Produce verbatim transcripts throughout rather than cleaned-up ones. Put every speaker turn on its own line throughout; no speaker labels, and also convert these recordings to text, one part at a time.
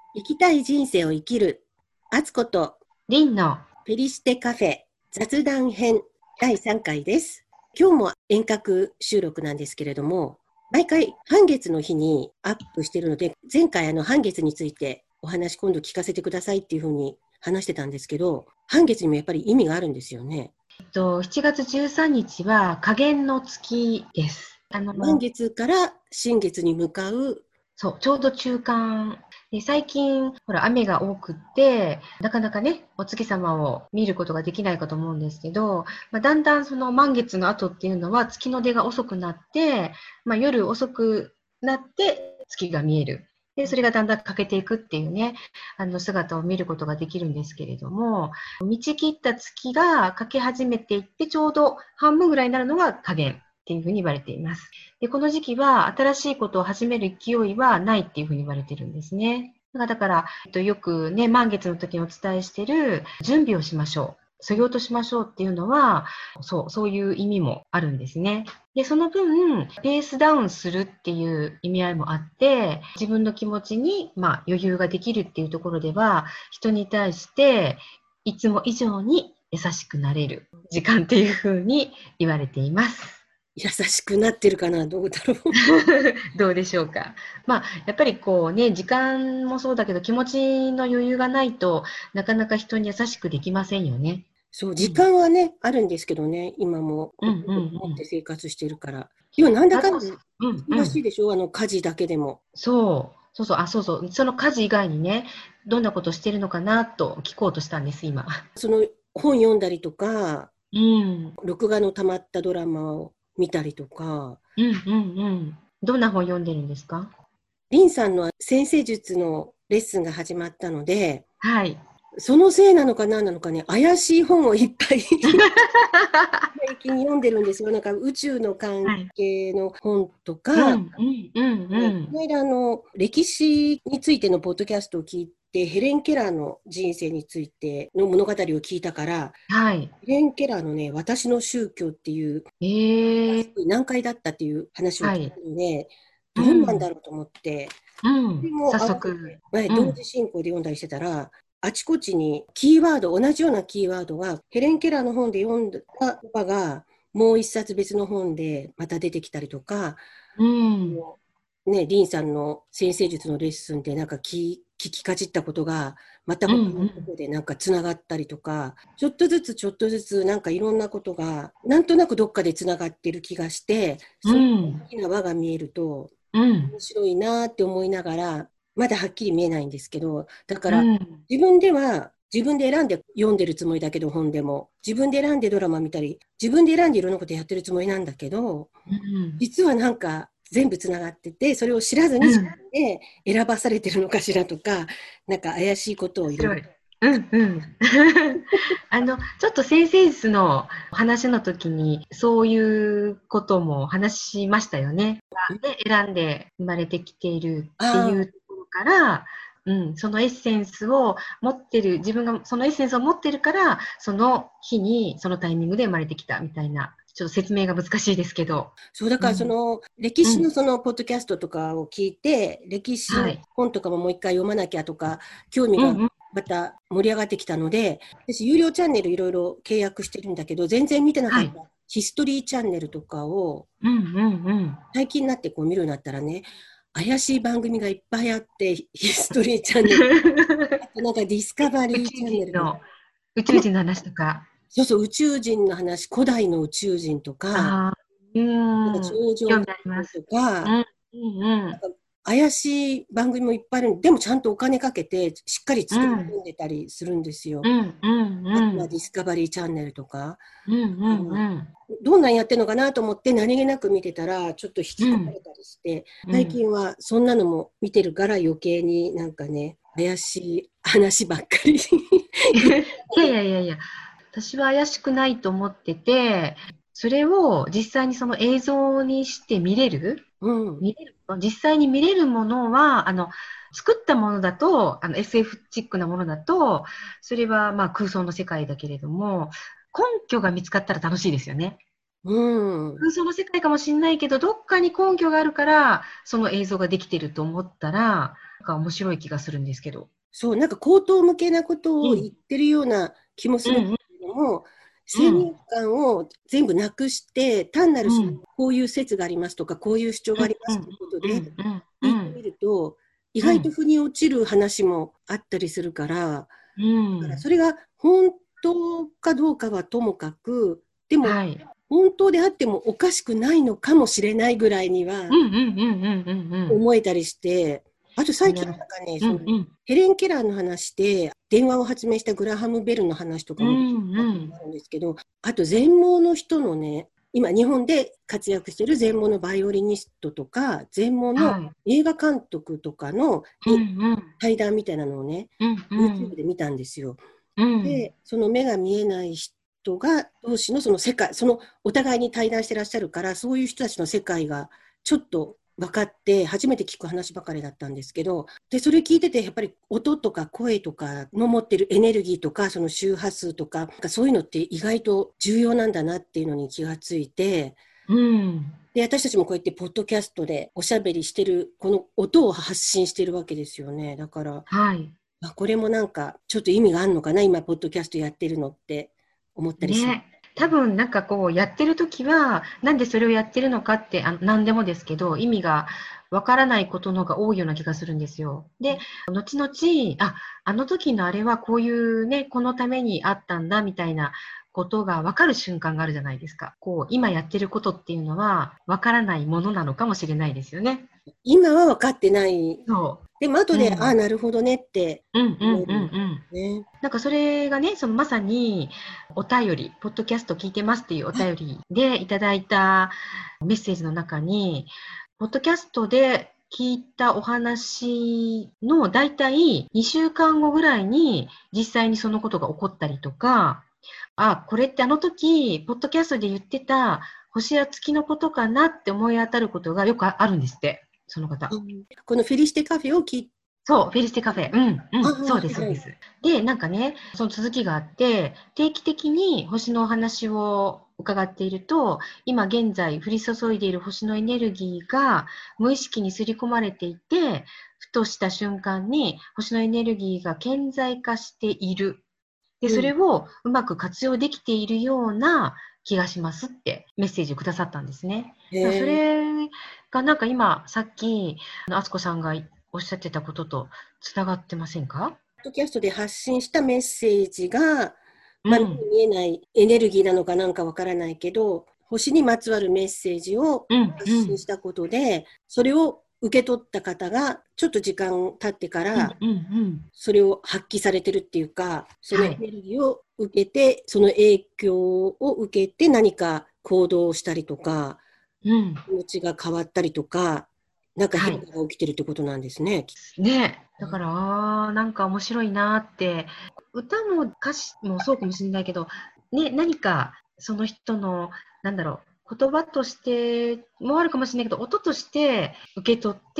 生きたい人生を生きる、あつこと
リンの
ペリシテカフェ雑談編だいさんかいです。今日も遠隔収録なんですけれども、毎回半月の日にアップしているので、前回あの半月についてお話今度聞かせてくださいっていうふうに話してたんですけど、半月にもやっぱり意味があるんですよね。
えっと、しちがつじゅうさんにちは下弦の月です。あの
満月から新月に向かう。
そう、ちょうど中間で、最近ほら雨が多くって、なかなかね、お月様を見ることができないかと思うんですけど、まあ、だんだんその満月の後っていうのは月の出が遅くなって、まあ、夜遅くなって月が見える。で、それがだんだん欠けていくっていうね、あの姿を見ることができるんですけれども、満ち切った月が欠け始めていって、ちょうど半分ぐらいになるのが下弦っていうふうに言われています。で、この時期は新しいことを始める勢いはないっていうふうに言われてるんですね。だから、だからえっと、よくね、満月の時にお伝えしている準備をしましょう。そぎ落としましょうっていうのは、そう、そういう意味もあるんですね。で、その分、ペースダウンするっていう意味合いもあって、自分の気持ちに、まあ、余裕ができるっていうところでは、人に対して、いつも以上に優しくなれる時間っていうふうに言われています。
優しくなってるかな、どうだろう。
どうでしょうか。まあ、やっぱりこうね、時間もそうだけど、気持ちの余裕がないとなかなか人に優しくできませんよね。
そう、時
うん。
間はね、あるんですけどね、今もほとん
うんうん
ど持って
うん。
生活してるから。今なんだ
あと、
かんだ
うんう
忙しい
ん。
でしょ、あの家事だけでも。
そう。そうそう。あ、そうそう。その家事以外にね、どんなことしてるのかなと聞こうとしたんです、今。
その本読んだりとか、
うん。
録画の溜まったドラマを見たりとか、
うんうんうん。どんな本読んでるんですか？
リンさんの先生術のレッスンが始まったので、
はい。
そのせいなのか何なのかね、怪しい本をいっぱい最近読んでるんですよ。なんか宇宙の関
はい。
係の本と
うん
か、
うんうんう
ね、この
ん。
間あの歴史についてのポッドキャストを聞いて、ヘレン・ケラーの人生についての物語を聞いたから、
はい。
ヘレン・ケラーのね、私の宗教っていう、
ええ、
すごい難解だったっていう話を聞い
はい。
たので、
う
どうなんだ
ん。
ろうと思って、
う
それ
ん。早
も合わせ
速。
て、前、同
うん。
時進行で読んだりしてたら、あちこちにキーワード、同じようなキーワードが、ヘレン・ケラーの本で読んだ言葉が、もう一冊別の本でまた出てきたりとか、
うん。
ね、リンさんの先生術のレッスンでなんか聞聞きかじったことが、また
うん
他のと
うん。
ころでなんかつながったりとか、ちょっとずつちょっとずつなんかいろんなことが、なんとなくどっかでつながってる気がして、
う
その大
ん。
きな輪が見えると、
うん。
面白いなって思いながら、まだはっきり見えないんですけど、だか
う
ら
ん。
自分では、自分で選んで読んでるつもりだけど、本でも。自分で選んでドラマ見たり、自分で選んでいろんなことやってるつもりなんだけど、
うん。
実はなんか全部つながってて、それを知らずに自
うん。
分で選ばされてるのかしらとか、なんか怪しいことをいろいろ。
面白い。うんうん。あの、ちょっと先生術の話の時に、そういうことも話しましたよね。で、選んで生まれてきているってい
ああ、
うところから、うん、そのエッセンスを持ってる、自分がそのエッセンスを持ってるから、その日に、そのタイミングで生まれてきたみたいな、ちょっと説明が難しいですけど。
そうだからそ
うん。
の歴
うん。
史のそのポッドキャストとかを聞いて、歴史の
はい。
本とかももう一回読まなきゃとか、興味が
うんうん。
また盛り上がってきたので、私有料チャンネルいろいろ契約してるんだけど、全然見てなか
はい。
ったヒストリーチャンネルとかを
うんうんうん。
最近になってこう見るようになったらね、怪しい番組がいっぱいあって、ヒストリーチャンネル、あとなんかディスカバ
宇宙
リーチャンネルとか、
人の、宇宙人の話とか。
そうそう、宇宙人の話、古代の宇宙人とか、
ああ、う
なんか
ーん、
超常現
興味あります。
象とか、
うん、うんうん。
なんか怪しい番組もいっぱいある。でもちゃんとお金かけて、しっかり作り
うん、
込んでたりするんですよ。
うん、うん、
あと
うん。
はディスカバリーチャンネルとか。
うん、うん、
うん、
うん。
どんなんやってるのかなと思って何気なく見てたら、ちょっと引き
うん、
込まれたりして、
うん。
最近はそんなのも見てるから余計になんかね、怪しい話ばっかり言って
いやい
たり。
やいやいや、私は怪しくないと思ってて、それを実際にその映像にして見れる
うん。
見れる実際に見れるものは、あの、作ったものだと、あの エスエフ チックなものだと、それはまあ空想の世界だけれども、根拠が見つかったら楽しいですよね。
うん。
空想の世界かもしれないけど、どっかに根拠があるから、その映像ができてると思ったら、なんか面白い気がするんですけど。
そう、なんか口頭向けなことを言っ
うん。
てるような気もするんだ
うん、
けれども、
うん、
先入観を全部なくして、単なるその
うん、
こういう説がありますとか、こういう主張がありま
うん、
すということで
うん、うん、うん、
聞いてみると、意
うん、
外と腑に落ちる話もあったりするから、
う
だから
ん。
それが本当かどうかはともかく、でも
はい。
本当であってもおかしくないのかもしれないぐらいには
うん、うん、うん、うん、うん、うん。
思えたりして、あと最近
なるほ
なんかね、
ど。う
その
ん、うん、
ヘレン・ケラーの話で、電話を発明したグラハム・ベルの話とかも出てき
うん、
た
うん。
ことがあるんですけど、あと全盲の人のね、今日本で活躍している全盲のバイオリニストとか、全盲の
はい。
映画監督とかの
うん、
い
うん、
対談みたいなのをね、
うん、う
YouTube
ん、
で見たんですよ。
うん。
で、その目が見えない人が同士のその世界、そのお互いに対談してらっしゃるから、そういう人たちの世界がちょっと分かって、初めて聞く話ばかりだったんですけど、で、それ聞いてて、やっぱり音とか声とかの持ってるエネルギーとか、その周波数とか、なんかそういうのって意外と重要なんだなっていうのに気がついて、
うん。
で、私たちもこうやってポッドキャストでおしゃべりしてる、この音を発信してるわけですよね。だから、
はい。
まあ、これもなんか、ちょっと意味があるのかな、今、ポッドキャストやってるのって思ったりします。
ね。多分なんかこうやってる時は、なんでそれをやってるのかって、あ、何でもですけど、意味がわからないことの方が多いような気がするんですよ。で、後々、あ、あの時のあれはこういうね、このためにあったんだみたいなことがわかる瞬間があるじゃないですか。こう、今やってることっていうのはわからないものなのかもしれないですよね。
今は分かってない。
そ
でも、後
う。う
で、ああ、
ん。
なるほどねって
うんうんうんう
思える
ん。
ね。
なんかそれがね、そのまさにお便り、ポッドキャスト聞いてますっていうお
あ、
便りでいただいたメッセージの中に、ポッドキャストで聞いたお話のだいたいにしゅうかんごぐらいに実際にそのことが起こったりとか、あ、これってあの時、ポッドキャストで言ってた星や月のことかなって思い当たることがよくあるんですって、その方。
うん、このフェリシテカフェを聞い
そう、フェリシテカフェ。うん、う
ああ、
ん、そうです、
はいはい。
そうです。で、なんかね、その続きがあって、定期的に星のお話を伺っていると、今現在降り注いでいる星のエネルギーが無意識に刷り込まれていて、ふとした瞬間に星のエネルギーが顕在化している。で、そ
うん。
れをうまく活用できているような気がしますってメッセージをくださったんですね。
へ
だからそ
え。
れがなんか今、さっき、あの、あつこさんがおっしゃってたこととつながってませんか？
ポッドキャストで発信したメッセージが、まあ、目に
うん。
見えないエネルギーなのかなんかわからないけど、星にまつわるメッセージを
うん、
発
うん。
信したことで、それを受け取った方が、ちょっと時間経ってか
うん、
ら、
うん、うん。
それを発揮されてるっていうか、そのエ
はい。
ネルギーを受けて、その影響を受けて何か行動をしたりとか、
うん。
気持ちが変わったりとか、なんか
はい。
変化が起きてるってことなんですね。
ね。だから、ああ、なんか面白いなって、歌も歌詞もそうかもしれないけど、ね、何かその人の、なんだろう、言葉としてもあるかもしれないけど、音として受け取って、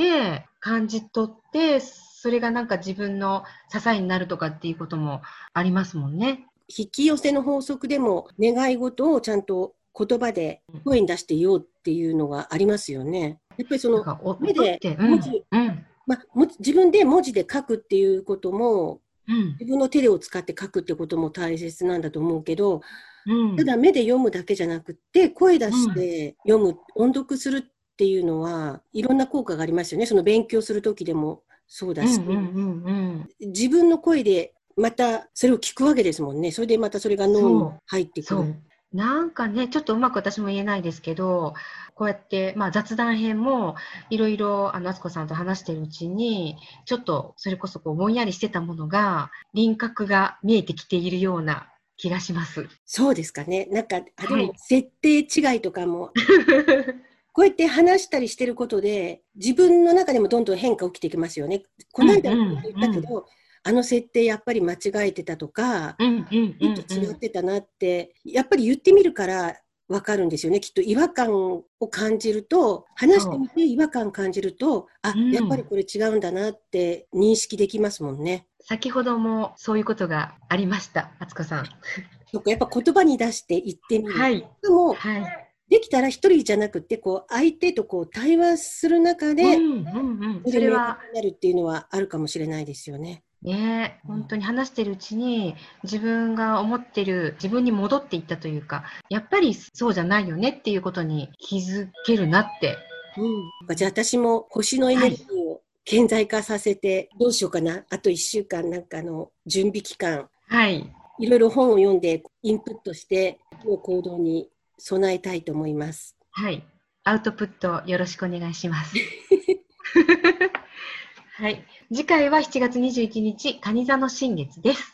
感じ取って、それがなんか自分の支えになるとかっていうこともありますもんね。
引き寄せの法則でも願い事をちゃんと言葉で声に出して言おうっていうのがありますよね。やっぱりその
なんかお
目で
音って、うん、
文字、
うん、
まあ、も自分で文字で書くっていうことも、
うん、
自分の手を使って書くってことも大切なんだと思うけど、
うん、
ただ目で読むだけじゃなくって声出し
うん。
て読む、音読するっていうのはいろんな効果がありますよね。その勉強する時でもそうだ
うんう
し、
んうんうん。
自分の声でまたそれを聞くわけですもんね。それでまたそれが脳に
そう、
入ってくる。
そう。なんかね、ちょっとうまく私も言えないですけど、こうやって、まあ、雑談編もいろいろ、あの、あつこさんと話してるうちに、ちょっとそれこそこうぼんやりしてたものが、輪郭が見えてきているような気がします。
そうですかね。なんか、あ、で
はい。
も設定違いとかも、こうやって話したりしてることで、自分の中でもどんどん変化起きてきますよね。こ
うんう
の間はこう言っ
んうん。
たけど、あの設定やっぱり間違えてたとか、
うんうんう
ちょっと
んうん。
違ってたなって、やっぱり言ってみるから分かるんですよね。きっと違和感を感じると、話して
そ
みて違和感感じると、
う。
あ、やっぱり
うん。
これ違うんだなって認識できますもんね。
先ほどもそういうことがありました、あつこさん。
そっか、やっぱ言葉に出して言ってみる。
はい。
でも、
はい。
できたら一人じゃなくて、こう相手とこう対話する中で、
うんうんうん、それは
なるっていうのはあるかもしれないですよね。
ね、本当に話してるうちに自分が思ってる自分に戻っていったというか、やっぱりそうじゃないよねっていうことに気づけるなって。
うん、じゃあ私も星のエネルギーを顕在化させて、どうしようかな。あといっしゅうかんなんかの準備期間、
はい。
いろいろ本を読んでインプットしての行動に備えたいと思います。
はい。アウトプットよろしくお願いします。はい。次回はしちがつにじゅういちにち、蟹座の新月です。